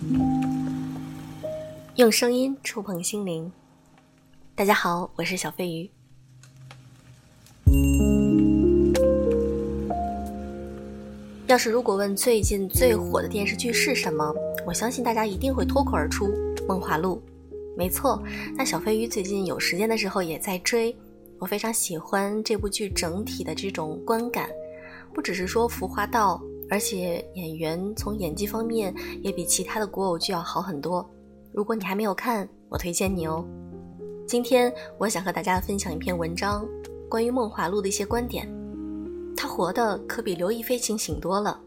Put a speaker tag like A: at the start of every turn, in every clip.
A: 用声音触碰心灵。大家好，我是小飞鱼。要是如果问最近最火的电视剧是什么，我相信大家一定会脱口而出梦华录。没错，那小飞鱼最近有时间的时候也在追，我非常喜欢这部剧整体的这种观感，不只是说服化道，而且演员从演技方面也比其他的国偶剧要好很多。如果你还没有看，我推荐你哦。今天我想和大家分享一篇文章，关于梦华录的一些观点。他活得可比刘亦菲清醒多了。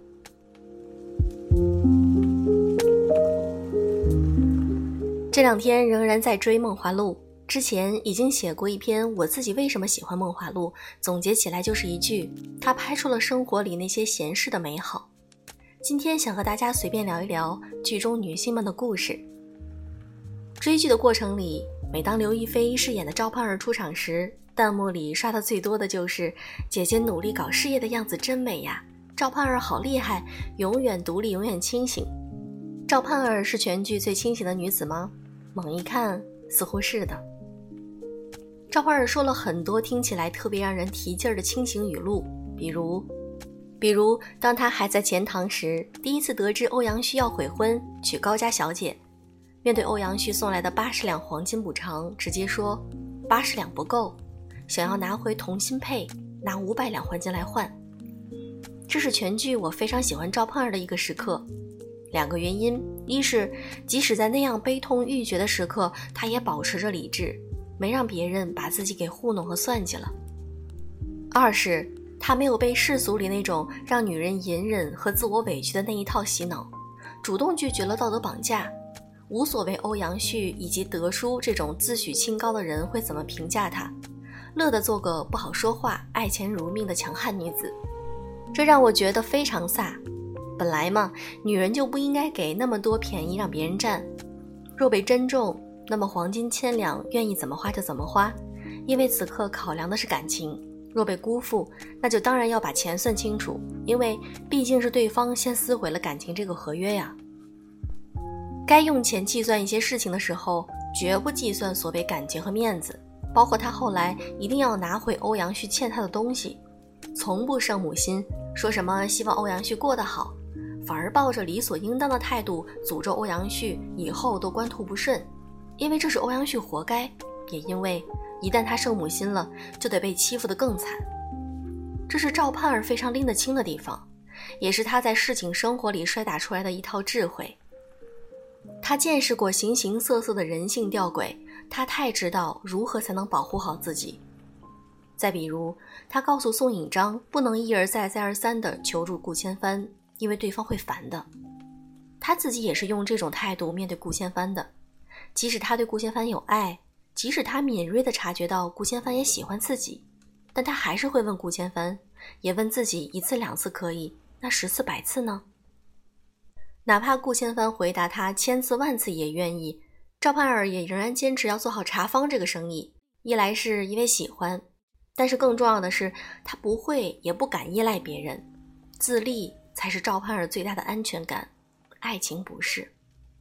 A: 这两天仍然在追梦华录，之前已经写过一篇我自己为什么喜欢梦华录，总结起来就是一句，他拍出了生活里那些闲适的美好。今天想和大家随便聊一聊剧中女性们的故事。追剧的过程里，每当刘亦菲饰演的赵盼儿出场时，弹幕里刷的最多的就是姐姐努力搞事业的样子真美呀，赵盼儿好厉害，永远独立，永远清醒。赵盼儿是全剧最清醒的女子吗？猛一看似乎是的。赵盼儿说了很多听起来特别让人提劲儿的清醒语录，比如当她还在钱塘时，第一次得知欧阳旭要悔婚娶高家小姐，面对欧阳旭送来的80两黄金补偿，直接说80两不够，想要拿回同心配，拿500两黄金来换。这是全剧我非常喜欢赵盼儿的一个时刻。2个原因，一是即使在那样悲痛欲绝的时刻，她也保持着理智，没让别人把自己给糊弄和算计了。二是她没有被世俗里那种让女人隐忍和自我委屈的那一套洗脑，主动拒绝了道德绑架，无所谓欧阳旭以及德叔这种自诩清高的人会怎么评价她，乐得做个不好说话、爱钱如命的强悍女子。这让我觉得非常飒。本来嘛，女人就不应该给那么多便宜让别人占。若被珍重，那么黄金1000两愿意怎么花就怎么花，因为此刻考量的是感情。若被辜负，那就当然要把钱算清楚，因为毕竟是对方先撕毁了感情这个合约呀。该用钱计算一些事情的时候，绝不计算所谓感情和面子，包括他后来一定要拿回欧阳旭欠他的东西，从不圣母心，说什么希望欧阳旭过得好，反而抱着理所应当的态度诅咒欧阳旭以后都官途不顺，因为这是欧阳旭活该，也因为一旦他圣母心了，就得被欺负得更惨。这是赵盼儿非常拎得清的地方，也是他在市井生活里摔打出来的一套智慧。他见识过形形色色的人性吊诡，他太知道如何才能保护好自己。再比如，他告诉宋引章不能一而再再而三地求助顾千帆，因为对方会烦的。他自己也是用这种态度面对顾千帆的，即使他对顾千帆有爱，即使他敏锐地察觉到顾千帆也喜欢自己，但他还是会问顾千帆，也问自己1次2次可以，那10次100次呢？哪怕顾千帆回答他1000次万次也愿意，赵盼儿也仍然坚持要做好茶坊这个生意，一来是因为喜欢，但是更重要的是他不会也不敢依赖别人，自立才是赵盼儿最大的安全感，爱情不是。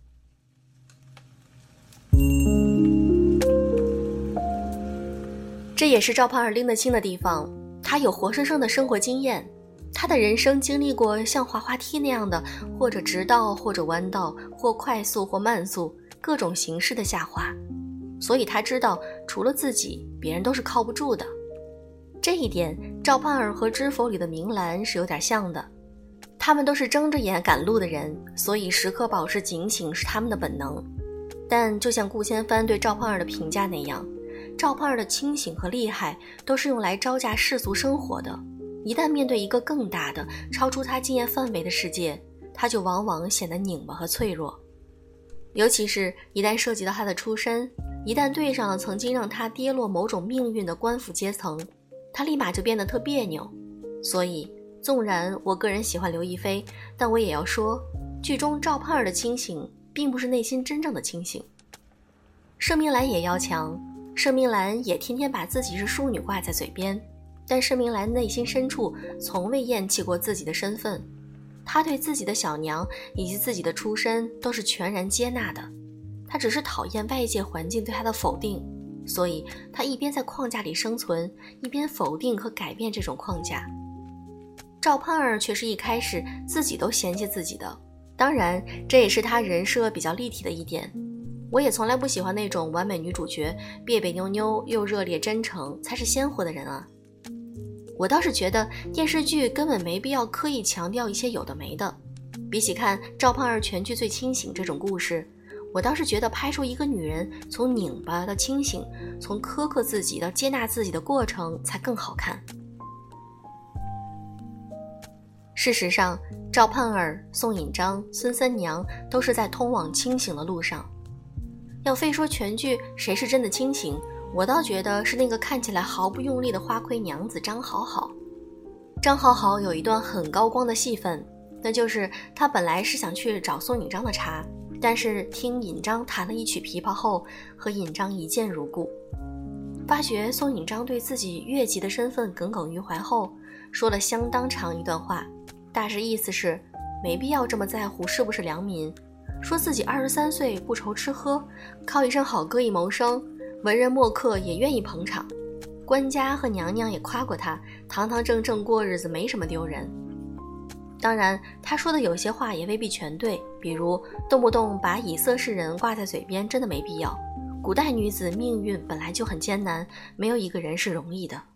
A: 这也是赵盼儿拎得清的地方，她有活生生的生活经验，她的人生经历过像滑滑梯那样的或者直道或者弯道，或快速或慢速，各种形式的下滑，所以她知道除了自己，别人都是靠不住的。这一点赵盼儿和知否里的明兰是有点像的，他们都是睁着眼赶路的人，所以时刻保持警醒是他们的本能。但就像顾千帆对赵盼儿的评价那样，赵盼儿的清醒和厉害都是用来招架世俗生活的，一旦面对一个更大的超出他经验范围的世界，他就往往显得拧巴和脆弱。尤其是一旦涉及到他的出身，一旦对上了曾经让他跌落某种命运的官府阶层，他立马就变得特别扭。所以纵然我个人喜欢刘亦菲，但我也要说，剧中赵盼儿的清醒并不是内心真正的清醒。盛明兰也要强，盛明兰也天天把自己是淑女挂在嘴边，但盛明兰内心深处从未厌弃过自己的身份。 他对自己的小娘以及自己的出身都是全然接纳的，他只是讨厌外界环境对他的否定，所以他一边在框架里生存，一边否定和改变这种框架。赵盼儿却是一开始自己都嫌弃自己的，当然这也是他人设比较立体的一点。我也从来不喜欢那种完美女主角，别别扭扭又热烈真诚才是鲜活的人啊。我倒是觉得电视剧根本没必要刻意强调一些有的没的，比起看赵盼儿全剧最清醒这种故事，我倒是觉得拍出一个女人从拧巴到清醒，从苛刻自己到接纳自己的过程才更好看。事实上，赵盼儿、宋引章、孙三娘都是在通往清醒的路上。要非说全剧谁是真的清醒，我倒觉得是那个看起来毫不用力的花魁娘子张好好。张好好有一段很高光的戏份，那就是她本来是想去找宋引章的茬，但是听引章弹了一曲琵琶后，和引章一见如故。发觉宋引章对自己越级的身份耿耿于怀后，说了相当长一段话，大致意思是没必要这么在乎是不是良民，说自己23岁不愁吃喝，靠一身好歌艺谋生，文人墨客也愿意捧场，官家和娘娘也夸过他，堂堂正正过日子没什么丢人。当然他说的有些话也未必全对，比如动不动把以色侍人挂在嘴边真的没必要，古代女子命运本来就很艰难，没有一个人是容易的。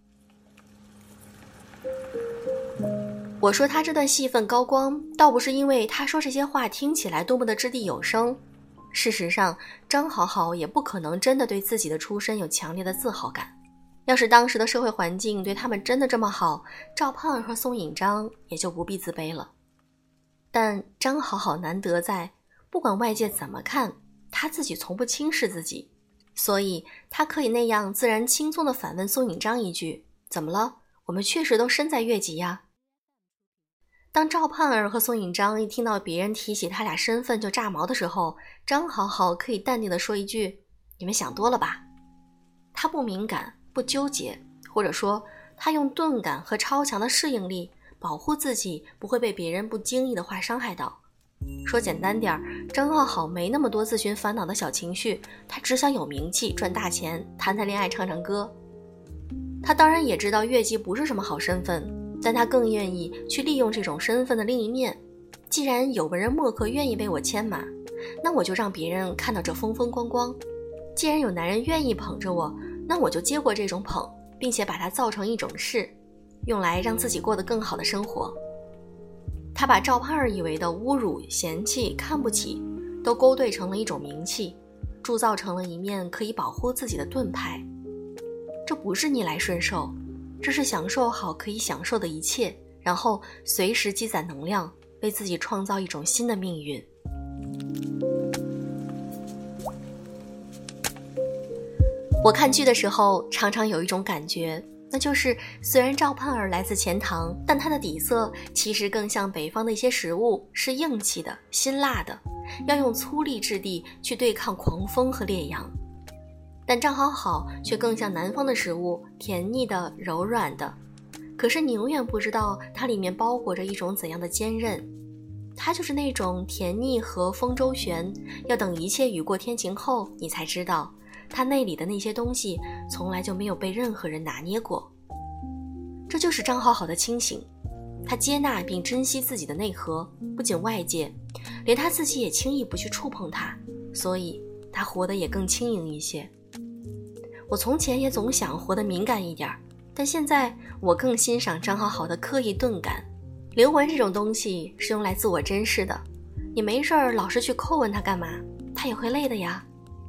A: 我说他这段戏份高光，倒不是因为他说这些话听起来多么的掷地有声，事实上张好好也不可能真的对自己的出身有强烈的自豪感。要是当时的社会环境对他们真的这么好，赵盼儿和宋引章也就不必自卑了。但张好好难得在不管外界怎么看，他自己从不轻视自己，所以他可以那样自然轻松地反问宋引章一句：怎么了？我们确实都身在越级呀。当赵盼儿和宋引章一听到别人提起他俩身份就炸毛的时候，张好好可以淡定地说一句：你们想多了吧。他不敏感，不纠结，或者说他用钝感和超强的适应力保护自己不会被别人不经意的话伤害到。说简单点，张好好没那么多自寻烦恼的小情绪，他只想有名气，赚大钱，谈谈恋爱，唱唱歌。他当然也知道越级不是什么好身份，但他更愿意去利用这种身份的另一面。既然有文人墨客愿意为我牵马，那我就让别人看到这风风光光。既然有男人愿意捧着我，那我就接过这种捧，并且把它造成一种事，用来让自己过得更好的生活。他把赵盼儿以为的侮辱、嫌弃、看不起都勾兑成了一种名气，铸造成了一面可以保护自己的盾牌。这不是逆来顺受，这是享受好可以享受的一切，然后随时积攒能量，为自己创造一种新的命运。我看剧的时候常常有一种感觉，那就是虽然赵盼儿来自钱塘，但她的底色其实更像北方的一些食物，是硬气的、辛辣的，要用粗砺质地去对抗狂风和烈阳。但张好好却更像南方的食物，甜腻的、柔软的，可是你永远不知道它里面包裹着一种怎样的坚韧。它就是那种甜腻和风周旋，要等一切雨过天晴后，你才知道它内里的那些东西从来就没有被任何人拿捏过。这就是张好好的清醒，他接纳并珍惜自己的内核，不仅外界，连他自己也轻易不去触碰它，所以他活得也更轻盈一些。我从前也总想活得敏感一点，但现在我更欣赏张好好的刻意钝感。灵魂这种东西是用来自我珍视的，你没事儿老是去叩问他干嘛，他也会累的呀。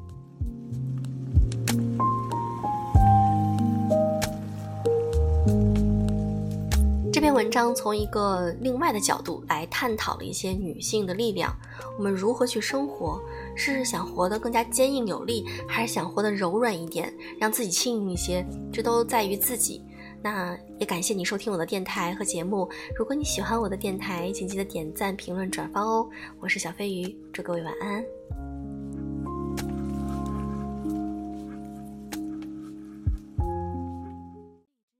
A: 这篇文章从一个另外的角度来探讨了一些女性的力量，我们如何去生活，是想活得更加坚硬有力，还是想活得柔软一点，让自己轻盈一些，这都在于自己。那也感谢你收听我的电台和节目，如果你喜欢我的电台，请记得点赞、评论、转发哦。我是小飞鱼，祝各位晚安。